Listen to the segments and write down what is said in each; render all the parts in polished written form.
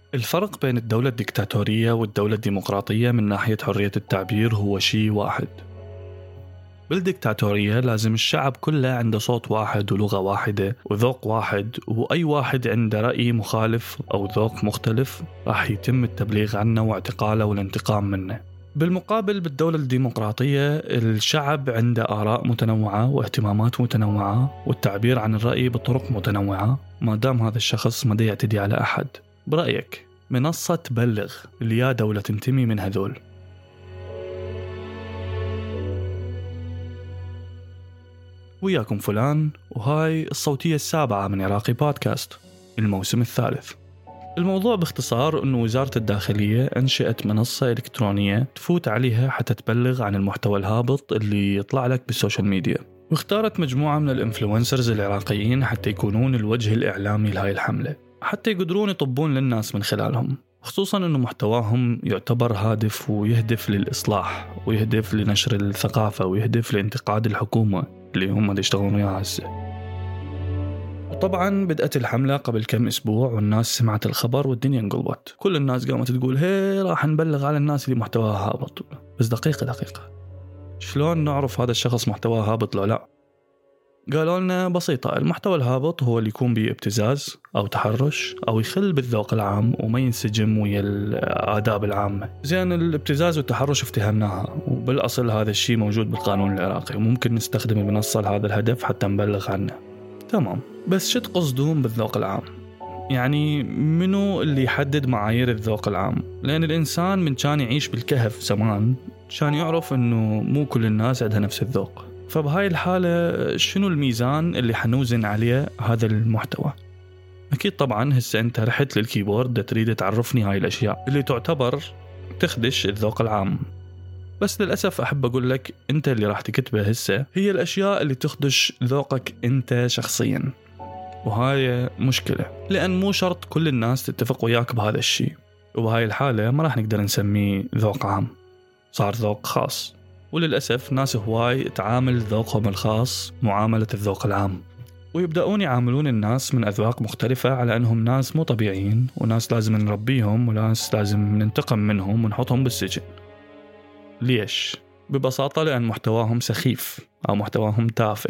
الفرق بين الدولة الدكتاتورية والدولة الديمقراطية من ناحية حرية التعبير هو شيء واحد. بالدكتاتورية لازم الشعب كله عنده صوت واحد ولغة واحدة وذوق واحد، وأي واحد عنده رأي مخالف أو ذوق مختلف راح يتم التبليغ عنه واعتقاله والانتقام منه. بالمقابل بالدولة الديمقراطية الشعب عنده آراء متنوعة واهتمامات متنوعة والتعبير عن الرأي بطرق متنوعة ما دام هذا الشخص ما يعتدي على أحد. برأيك منصة تبلغ اللي يا دولة تنتمي من هذول؟ وياكم فلان، وهاي الصوتية السابعة من عراقي بودكاست الموسم الثالث. الموضوع باختصار أنه وزارة الداخلية أنشأت منصة إلكترونية تفوت عليها حتى تبلغ عن المحتوى الهابط اللي يطلع لك بالسوشيال ميديا، واختارت مجموعة من الإنفلونسرز العراقيين حتى يكونون الوجه الإعلامي لهاي الحملة، حتى يقدرون يطبون للناس من خلالهم، خصوصا أنه محتواهم يعتبر هادف ويهدف للإصلاح ويهدف لنشر الثقافة ويهدف لانتقاد الحكومة اللي هم يشتغلون وياها هسه. وطبعا بدأت الحملة قبل كم أسبوع والناس سمعت الخبر والدنيا انقلبت، كل الناس قامت تقول هي راح نبلغ على الناس اللي محتواها هابط. بس دقيقة، شلون نعرف هذا الشخص محتواه هابط لو لا؟ قالوا لنا بسيطة، المحتوى الهابط هو اللي يكون به ابتزاز أو تحرش أو يخل بالذوق العام وما ينسجم ويا الآداب العامة. زين، الابتزاز والتحرش افتهمناها، وبالأصل هذا الشيء موجود بالقانون العراقي وممكن نستخدم المنصة لهذا الهدف حتى نبلغ عنه. تمام، بس شو تقصدون بالذوق العام؟ يعني منو اللي يحدد معايير الذوق العام؟ لأن الإنسان من كان يعيش بالكهف زمان كان يعرف أنه مو كل الناس عندها نفس الذوق، فبهاي الحالة شنو الميزان اللي حنوزن عليه هذا المحتوى؟ أكيد طبعا هسه أنت رحت للكيبورد تريد تعرفني هاي الأشياء اللي تعتبر تخدش الذوق العام، بس للأسف أحب أقول لك أنت اللي راح تكتبه هسه هي الأشياء اللي تخدش ذوقك أنت شخصيا، وهاي مشكلة لأن مو شرط كل الناس تتفق وياك بهذا الشيء، وبهاي الحالة ما راح نقدر نسميه ذوق عام، صار ذوق خاص. وللأسف ناس هواي تعامل ذوقهم الخاص معاملة الذوق العام، ويبدأون يعاملون الناس من أذواق مختلفة على أنهم ناس مو طبيعيين وناس لازم نربيهم وناس لازم ننتقم منهم ونحطهم بالسجن. ليش؟ ببساطة لأن محتواهم سخيف أو محتواهم تافه.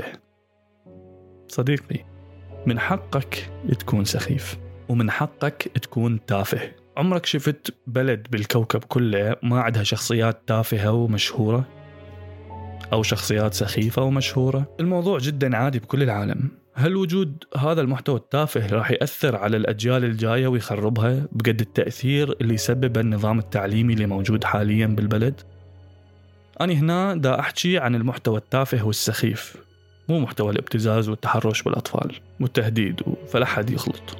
صديقي، من حقك تكون سخيف ومن حقك تكون تافه. عمرك شفت بلد بالكوكب كله ما عندها شخصيات تافهة ومشهورة أو شخصيات سخيفة ومشهورة؟ الموضوع جدا عادي بكل العالم. هل وجود هذا المحتوى التافه راح يأثر على الأجيال الجاية ويخربها بقد التأثير اللي يسبب النظام التعليمي اللي موجود حاليا بالبلد؟ أنا هنا دا أحكي عن المحتوى التافه والسخيف، مو محتوى الابتزاز والتحرش بالأطفال والتهديد فلا حد يخلط.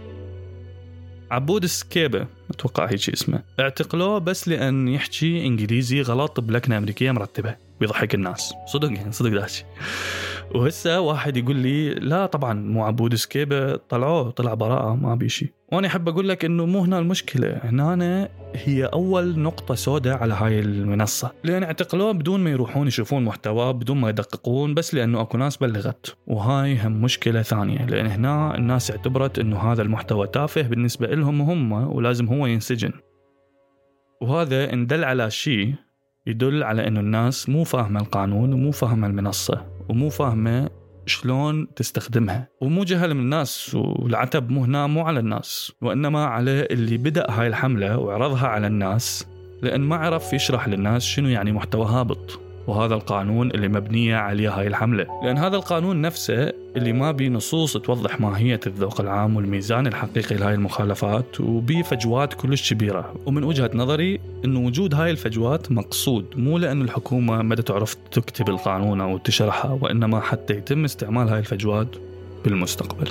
عبود سكيبة أتوقع هيك اسمه، اعتقلوه بس لأن يحكي إنجليزي غلط بلكنة أمريكية مرتبة ويضحك الناس. صدق داشي. وهسه واحد يقول لي لا طبعا مو عبود سكيبة، طلع براءة ما بيشي. وأنا أحب أقول لك إنه مو هنا المشكلة، هنا هي أول نقطة سوداء على هاي المنصة، لأن اعتقلوه بدون ما يروحون يشوفون محتوى، بدون ما يدققون، بس لأنه أكو ناس بلغت. وهاي هم مشكلة ثانية، لأن هنا الناس اعتبرت إنه هذا المحتوى تافه بالنسبة لهم هم ولازم هو ينسجن. وهذا إن دل على شيء يدل على إنه الناس مو فاهمة القانون ومو فاهمة المنصة ومو فاهمة شلون تستخدمها، ومو جهل من الناس. والعتب مو هنا مو على الناس وإنما على اللي بدأ هاي الحملة وعرضها على الناس، لأن ما عرف يشرح للناس شنو يعني محتوى هابط وهذا القانون اللي مبنية عليه هاي الحملة. لأن هذا القانون نفسه اللي ما بيه نصوص توضح ماهية الذوق العام والميزان الحقيقي لهاي المخالفات، وبيه فجوات كلش كبيرة. ومن وجهة نظري إنه وجود هاي الفجوات مقصود، مو لأن الحكومة ما تعرف تكتب القانون أو تشرحها، وإنما حتى يتم استعمال هاي الفجوات بالمستقبل.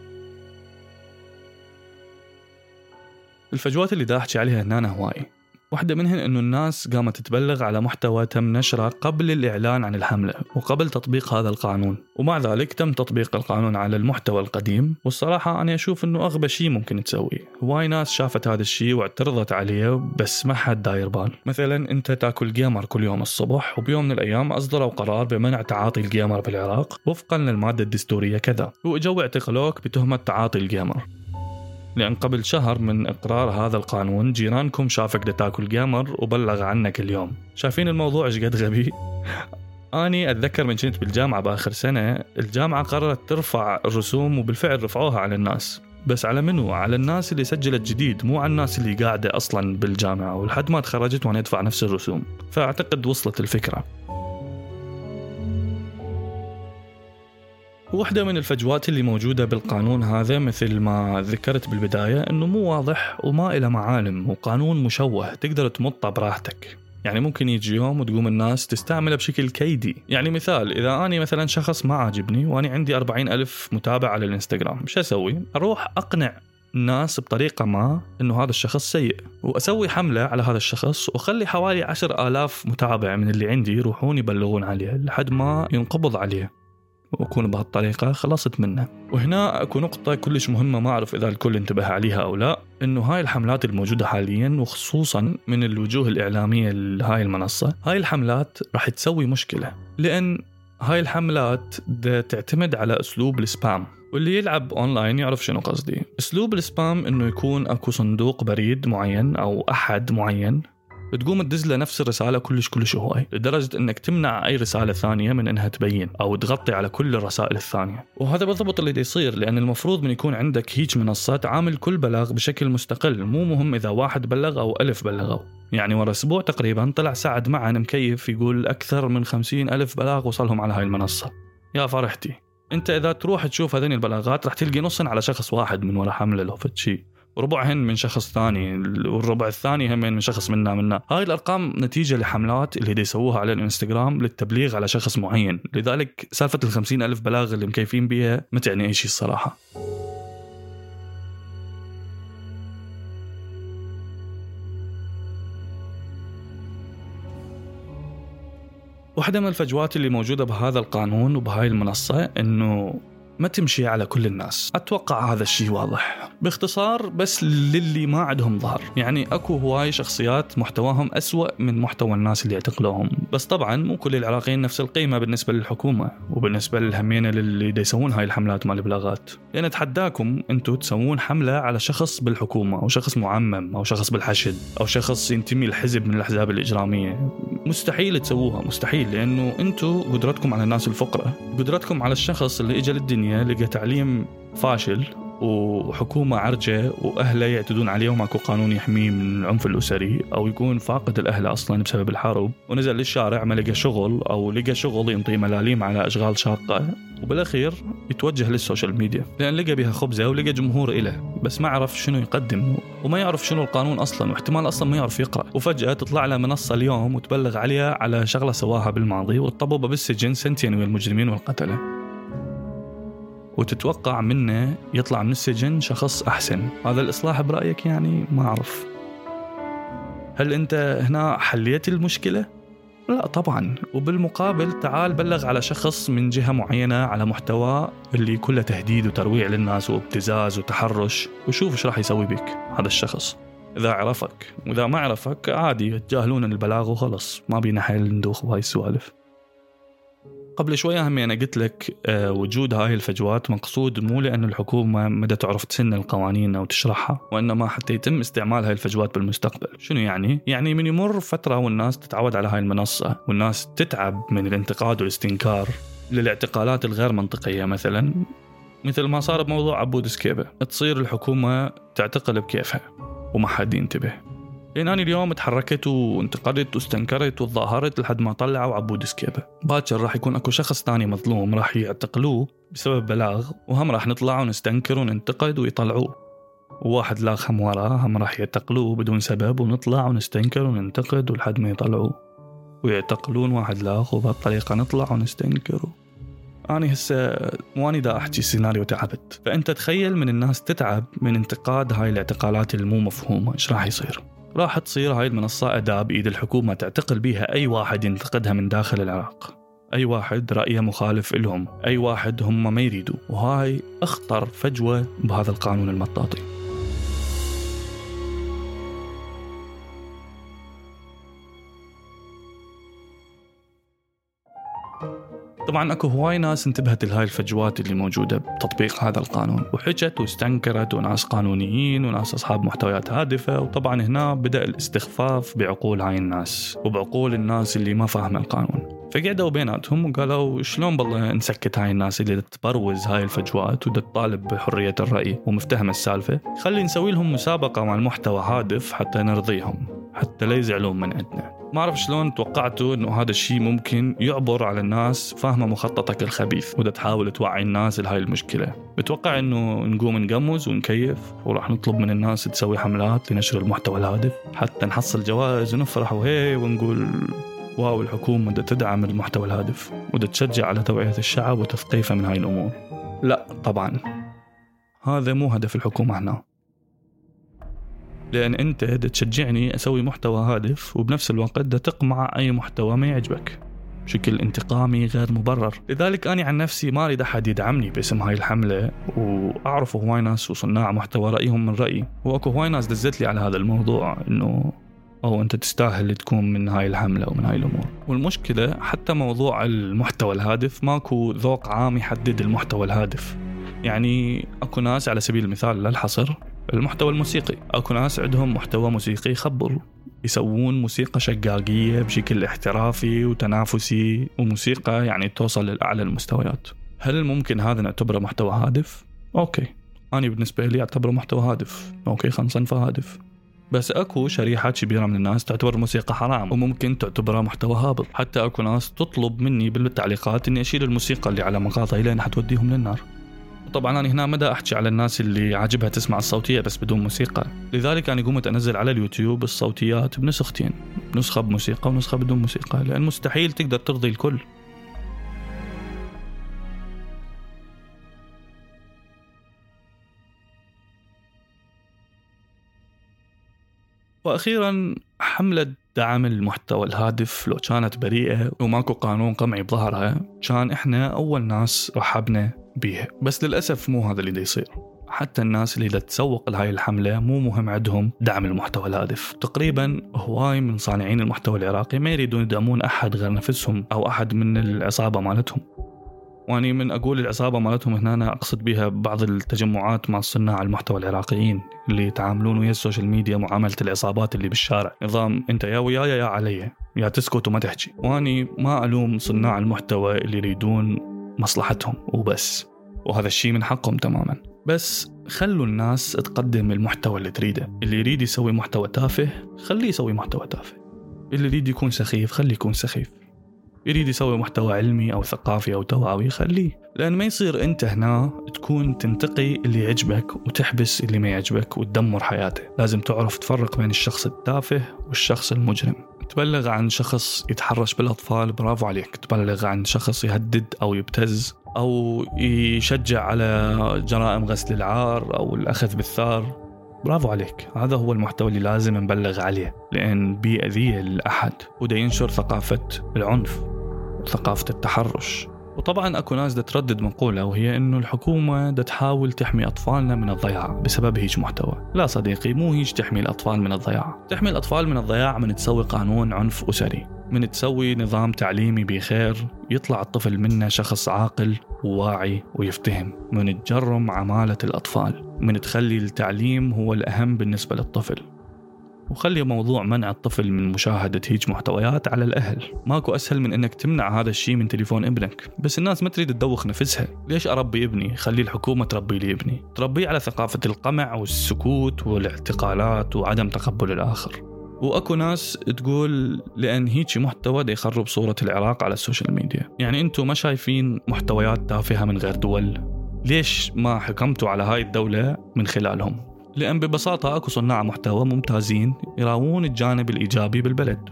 الفجوات اللي دا أحكي عليها هنا هواي. واحدة منهن أنه الناس قامت تتبلغ على محتوى تم نشره قبل الإعلان عن الحملة وقبل تطبيق هذا القانون، ومع ذلك تم تطبيق القانون على المحتوى القديم. والصراحة أنا أشوف أنه أغبى شيء ممكن تسويه. هواي ناس شافت هذا الشيء واعترضت عليه بس ما حد داير بال. مثلا أنت تاكل جيمر كل يوم الصبح، وبيوم من الأيام أصدروا قرار بمنع تعاطي الجيمر بالعراق وفقا للمادة الدستورية كذا، وإجوا اعتقلوك بتهمة تعاطي الجيمر، لأن قبل شهر من إقرار هذا القانون جيرانكم شافك دا تاكل جيمر وبلغ عنك اليوم. شايفين الموضوع إيش قد غبي؟ أني أتذكر من كنت بالجامعة بآخر سنة، الجامعة قررت ترفع الرسوم وبالفعل رفعوها على الناس، بس على منو؟ على الناس اللي سجلت جديد، مو على الناس اللي قاعدة أصلا بالجامعة ولحد ما تخرجت وأنا أدفع نفس الرسوم. فأعتقد وصلت الفكرة. واحدة من الفجوات اللي موجودة بالقانون هذا مثل ما ذكرت بالبداية أنه مو واضح وما إله معالم، وقانون مشوه تقدر تمطه براحتك. يعني ممكن يجي يوم وتقوم الناس تستعمله بشكل كيدي. يعني مثال، إذا أنا مثلا شخص ما عاجبني وأنا عندي 40,000 متابع على الانستغرام، مش أسوي؟ أروح أقنع الناس بطريقة ما أنه هذا الشخص سيء، وأسوي حملة على هذا الشخص وخلي حوالي 10,000 متابع من اللي عندي يروحون يبلغون عليه لحد ما ينقبض عليه، وأكون بهالطريقة خلصت منه. وهنا أكو نقطة كلش مهمة ما أعرف إذا الكل انتبه عليها أو لا، إنه هاي الحملات الموجودة حاليا وخصوصا من الوجوه الإعلامية لهاي المنصة، هاي الحملات راح تسوي مشكلة، لأن هاي الحملات تعتمد على أسلوب السبام. واللي يلعب أونلاين يعرف شنو قصدي. أسلوب السبام إنه يكون أكو صندوق بريد معين أو أحد معين تقوم تدز له نفس الرسالة كلش هواي، لدرجة انك تمنع اي رسالة ثانية من انها تبين او تغطي على كل الرسائل الثانية. وهذا بالضبط اللي يصير، لان المفروض من يكون عندك هيج منصة تعامل كل بلاغ بشكل مستقل، مو مهم اذا 1 بلغ او 1000 بلغوا. يعني ورا اسبوع تقريبا طلع سعد معنا مكيف يقول اكثر من 50,000 بلاغ وصلهم على هاي المنصة. يا فرحتي، انت اذا تروح تشوف هذين البلاغات راح تلقي نصن على شخص واحد من ورا حملة لو فتشي، وربعهن من شخص ثاني، والربع الثاني هم من شخص منا. هاي الأرقام نتيجة لحملات اللي دي يسووها على الانستغرام للتبليغ على شخص معين. لذلك سالفة 50,000 بلاغ اللي مكيفين بيها ما تعني أي شيء الصراحة. واحدة من الفجوات اللي موجودة بهذا القانون وبهاي المنصة إنه ما تمشي على كل الناس. أتوقع هذا الشيء واضح. باختصار بس للي ما عندهم ظهر، يعني أكو هواي شخصيات محتواهم أسوأ من محتوى الناس اللي يعتقلوهم، بس طبعا مو كل العراقيين نفس القيمة بالنسبة للحكومة وبالنسبة للهمينة اللي دا يسوون هاي الحملات مال البلاغات. لأن أتحداكم أنتوا تسوون حملة على شخص بالحكومة أو شخص معمم أو شخص بالحشد أو شخص ينتمي لحزب من الأحزاب الإجرامية. مستحيل تسووها، مستحيل، لأنه أنتوا قدرتكم على الناس الفقراء، قدرتكم على الشخص اللي إجا للدنيا لقى تعليم فاشل وحكومة عرجة وأهله يعتدون عليه وماكو قانون يحميه من العنف الأسري، أو يكون فاقد الأهل أصلا بسبب الحرب ونزل للشارع ما لقى شغل، أو لقى شغل ينطي ملاليم على أشغال شاقة، وبالأخير يتوجه للسوشيال ميديا لأن لقى بها خبزة ولقى جمهور إله، بس ما عرف شنو يقدم وما يعرف شنو القانون أصلا، واحتمال أصلا ما يعرف يقرأ، وفجأة تطلع له منصة اليوم وتبلغ عليها على شغلة سواها بالماضي وتطببه بالسجن 2 سنين ويا المجرمين والقتلة، وتتوقع منه يطلع من السجن شخص أحسن. هذا الإصلاح برأيك؟ يعني ما أعرف. هل أنت هنا حليت المشكلة؟ لا طبعا. وبالمقابل تعال بلغ على شخص من جهة معينة على محتوى اللي كله تهديد وترويع للناس وابتزاز وتحرش، وشوف ايش راح يسوي بك هذا الشخص. إذا عرفك، وإذا ما عرفك عادي تجاهلون البلاغ وخلص، ما بينا حيل ندوخ بهاي السوالف. قبل شوية هم أنا قلت لك وجود هاي الفجوات مقصود مو لأن الحكومة مدى تعرف تسن القوانين أو تشرحها، وإنما حتى يتم استعمال هاي الفجوات بالمستقبل. شنو يعني؟ يعني من يمر فترة والناس تتعود على هاي المنصة والناس تتعب من الانتقاد والاستنكار للاعتقالات الغير منطقية، مثل ما صار بموضوع عبود سكيبة، تصير الحكومة تعتقل بكيفها وما حد ينتبه. لأن أنا اليوم تحركت وانتقدت واستنكرت وتظاهرت لحد ما طلعوا عبود سكيبة، باكر راح يكون أكو شخص تاني مظلوم راح يعتقلوه بسبب بلاغ، وهم راح نطلع ونستنكر وننتقد ويطلعوه، وواحد لاغ هم وراه هم راح يعتقلوه بدون سبب ونطلع ونستنكر وننتقد ولحد ما يطلعوه ويعتقلون واحد لاغ، وبهالطريقة نطلع ونستنكر. أنا هسه مواني دا أحكي سيناريو تعبت، فأنت تخيل من الناس تتعب من انتقاد هاي الاعتقالات المو مفهومة إيش راح يصير. راح تصير هاي المنصة أداة بإيد الحكومة تعتقل بيها أي واحد ينتقدها من داخل العراق، أي واحد رأيه مخالف إلهم، أي واحد هم ما يريدوا. وهاي أخطر فجوة بهذا القانون المطاطي. طبعا اكو هواي ناس انتبهت لهاي الفجوات اللي موجودة بتطبيق هذا القانون، وحجت واستنكرت، وناس قانونيين وناس أصحاب محتويات هادفة. وطبعا هنا بدأ الاستخفاف بعقول هاي الناس وبعقول الناس اللي ما فاهمة القانون. فقعدوا بيناتهم وقالوا شلون بالله نسكت هاي الناس اللي تبروز هاي الفجوات وتطالب بحرية الرأي ومفتهمة السالفة. خلي نسوي لهم مسابقة مع المحتوى هادف حتى نرضيهم، حتى لا يزعلون من عندنا. ما أعرف شلون توقعتوا إنه هذا الشيء ممكن يعبر على الناس فاهمة مخططك الخبيث وده تحاول توعي الناس لهاي المشكلة. بتوقع إنه نقوم نقمز ونكيف وراح نطلب من الناس تسوي حملات لنشر المحتوى الهادف حتى نحصل جوائز ونفرح وهي ونقول واو الحكومة بدها تدعم المحتوى الهادف وده تشجع على توعية الشعب وتثقيفه من هاي الأمور؟ لا طبعا، هذا مو هدف الحكومة هنا. لأن أنت دا تشجعني أسوي محتوى هادف وبنفس الوقت دا تقمع أي محتوى ما يعجبك بشكل انتقامي غير مبرر. لذلك أنا عن نفسي ما أريد أحد يدعمني باسم هاي الحملة، وأعرف هواي ناس وصناع محتوى رأيهم من رأيي، وأكو هواي ناس دزت لي على هذا الموضوع إنه أنت تستاهل تكون من هاي الحملة ومن هاي الأمور. والمشكلة حتى موضوع المحتوى الهادف ماكو ذوق عام يحدد المحتوى الهادف. يعني أكو ناس على سبيل المثال للحصر المحتوى الموسيقي، أكو ناس عندهم محتوى موسيقي يخبر، يسوون موسيقى شقاقية بشكل احترافي وتنافسي وموسيقى يعني توصل للأعلى المستويات. هل ممكن هذا نعتبره محتوى هادف؟ أوكي، أنا بالنسبة لي أعتبره محتوى هادف، أوكي خلينا نصنفه هادف. بس أكو شريحة كبيرة من الناس تعتبر الموسيقى حرام وممكن تعتبرها محتوى هابط. حتى أكو ناس تطلب مني بالتعليقات إني أشيل الموسيقى اللي على مقاطعي لأن حتوديهم للنار. طبعا أنا هنا مدى أحكي على الناس اللي عاجبها تسمع الصوتية بس بدون موسيقى. لذلك أنا قمت أنزل على اليوتيوب الصوتيات بنسختين، نسخة بموسيقى ونسخة بدون موسيقى، لأن مستحيل تقدر ترضي الكل. وأخيرا، حملة دعم المحتوى الهادف لو كانت بريئة وماكو قانون قمعي بظهرها كان إحنا أول ناس رحبنا بيها. بس للأسف مو هذا اللي دا يصير. حتى الناس اللي دا تسوق لهاي الحملة مو مهم عندهم دعم المحتوى الهادف. تقريبا هواي من صانعين المحتوى العراقي ما يريدون يدعمون أحد غير نفسهم أو أحد من العصابة مالتهم. واني من أقول العصابة مالتهم هنا أنا أقصد بها بعض التجمعات مع صناع المحتوى العراقيين اللي يتعاملون ويا السوشيال ميديا معاملة العصابات اللي بالشارع، نظام أنت يا وياي يا علي، يا تسكت وما تحكي. واني ما ألوم صناع المحتوى اللي يريدون مصلحتهم وبس، وهذا الشيء من حقهم تماما. بس خلوا الناس تقدم المحتوى اللي تريده. اللي يريد يسوي محتوى تافه خليه يسوي محتوى تافه، اللي يريد يكون سخيف خليه يكون سخيف، يريد يسوي محتوى علمي أو ثقافي أو توعوي خليه. لأن ما يصير أنت هنا تكون تنتقي اللي يعجبك وتحبس اللي ما يعجبك وتدمر حياته. لازم تعرف تفرق بين الشخص التافه والشخص المجرم. تبلغ عن شخص يتحرش بالأطفال برافو عليك، تبلغ عن شخص يهدد أو يبتز أو يشجع على جرائم غسل العار أو الأخذ بالثار، برافو عليك. هذا هو المحتوى اللي لازم نبلغ عليه، لأن بيأذيه لأحد وده ينشر ثقافة العنف وثقافة التحرش. وطبعا أكو ناس دا تردد مقولة، وهي إنه الحكومة دا تحاول تحمي أطفالنا من الضياع بسبب هيج محتوى. لا صديقي، مو هيج تحمي الأطفال من الضياع. تحمي الأطفال من الضياع من تسوي قانون عنف أسري، من تسوي نظام تعليمي بخير يطلع الطفل منه شخص عاقل وواعي ويفتهم، من تجرم عمالة الأطفال، من تخلي التعليم هو الأهم بالنسبة للطفل، وخلي موضوع منع الطفل من مشاهدة هيج محتويات على الأهل. ماكو أسهل من أنك تمنع هذا الشيء من تليفون ابنك. بس الناس ما تريد تدوخ نفسها. ليش أربي ابني؟ خلي الحكومة تربي لي ابني، تربيه على ثقافة القمع والسكوت والاعتقالات وعدم تقبل الآخر. وأكو ناس تقول لأن هيك محتوى دا يخرب صورة العراق على السوشيال ميديا. يعني أنتم ما شايفين محتويات تافهة من غير دول؟ ليش ما حكمتوا على هاي الدولة من خلالهم؟ لأن ببساطة أكو صناع محتوى ممتازين يراوون الجانب الإيجابي بالبلد.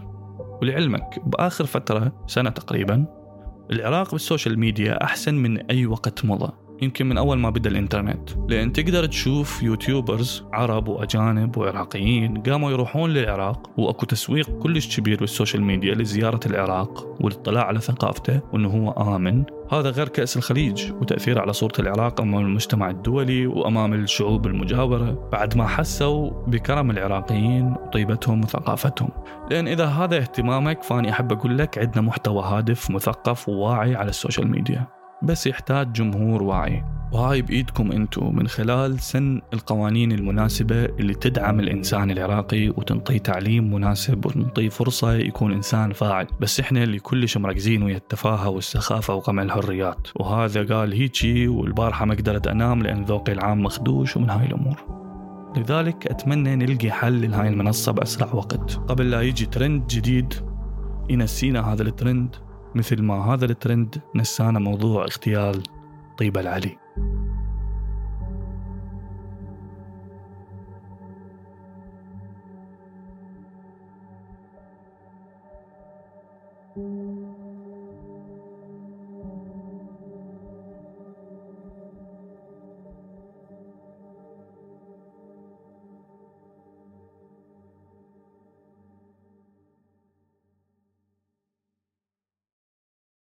ولعلمك بآخر فترة سنة تقريبا العراق بالسوشيال ميديا أحسن من أي وقت مضى. يمكن من أول ما بدأ الإنترنت، لأن تقدر تشوف يوتيوبرز عرب وأجانب وعراقيين قاموا يروحون للعراق، وأكو تسويق كلش كبير بالسوشيال ميديا لزيارة العراق والاطلاع على ثقافته وأنه هو آمن. هذا غير كأس الخليج وتأثير على صورة العراق أمام المجتمع الدولي وأمام الشعوب المجاورة، بعد ما حسوا بكرم العراقيين وطيبتهم وثقافتهم. لأن إذا هذا اهتمامك فأني أحب أقول لك عندنا محتوى هادف مثقف وواعي على السوشيال ميديا، بس يحتاج جمهور واعي، وهاي بإيدكم أنتم من خلال سن القوانين المناسبة اللي تدعم الإنسان العراقي وتنطيه تعليم مناسب وتنطيه فرصة يكون إنسان فاعل. بس إحنا اللي كلش مركزين ويا التفاهة والسخافة وقمع الحريات، وهذا قال هيجي والبارحة ما قدرت أنام لأن ذوقي العام مخدوش ومن هاي الأمور. لذلك أتمنى نلقي حل لهاي المنصة بأسرع وقت قبل لا يجي ترند جديد ينسينا هذا الترند، مثل ما هذا الترند نسانا موضوع اغتيال طيبة العلي.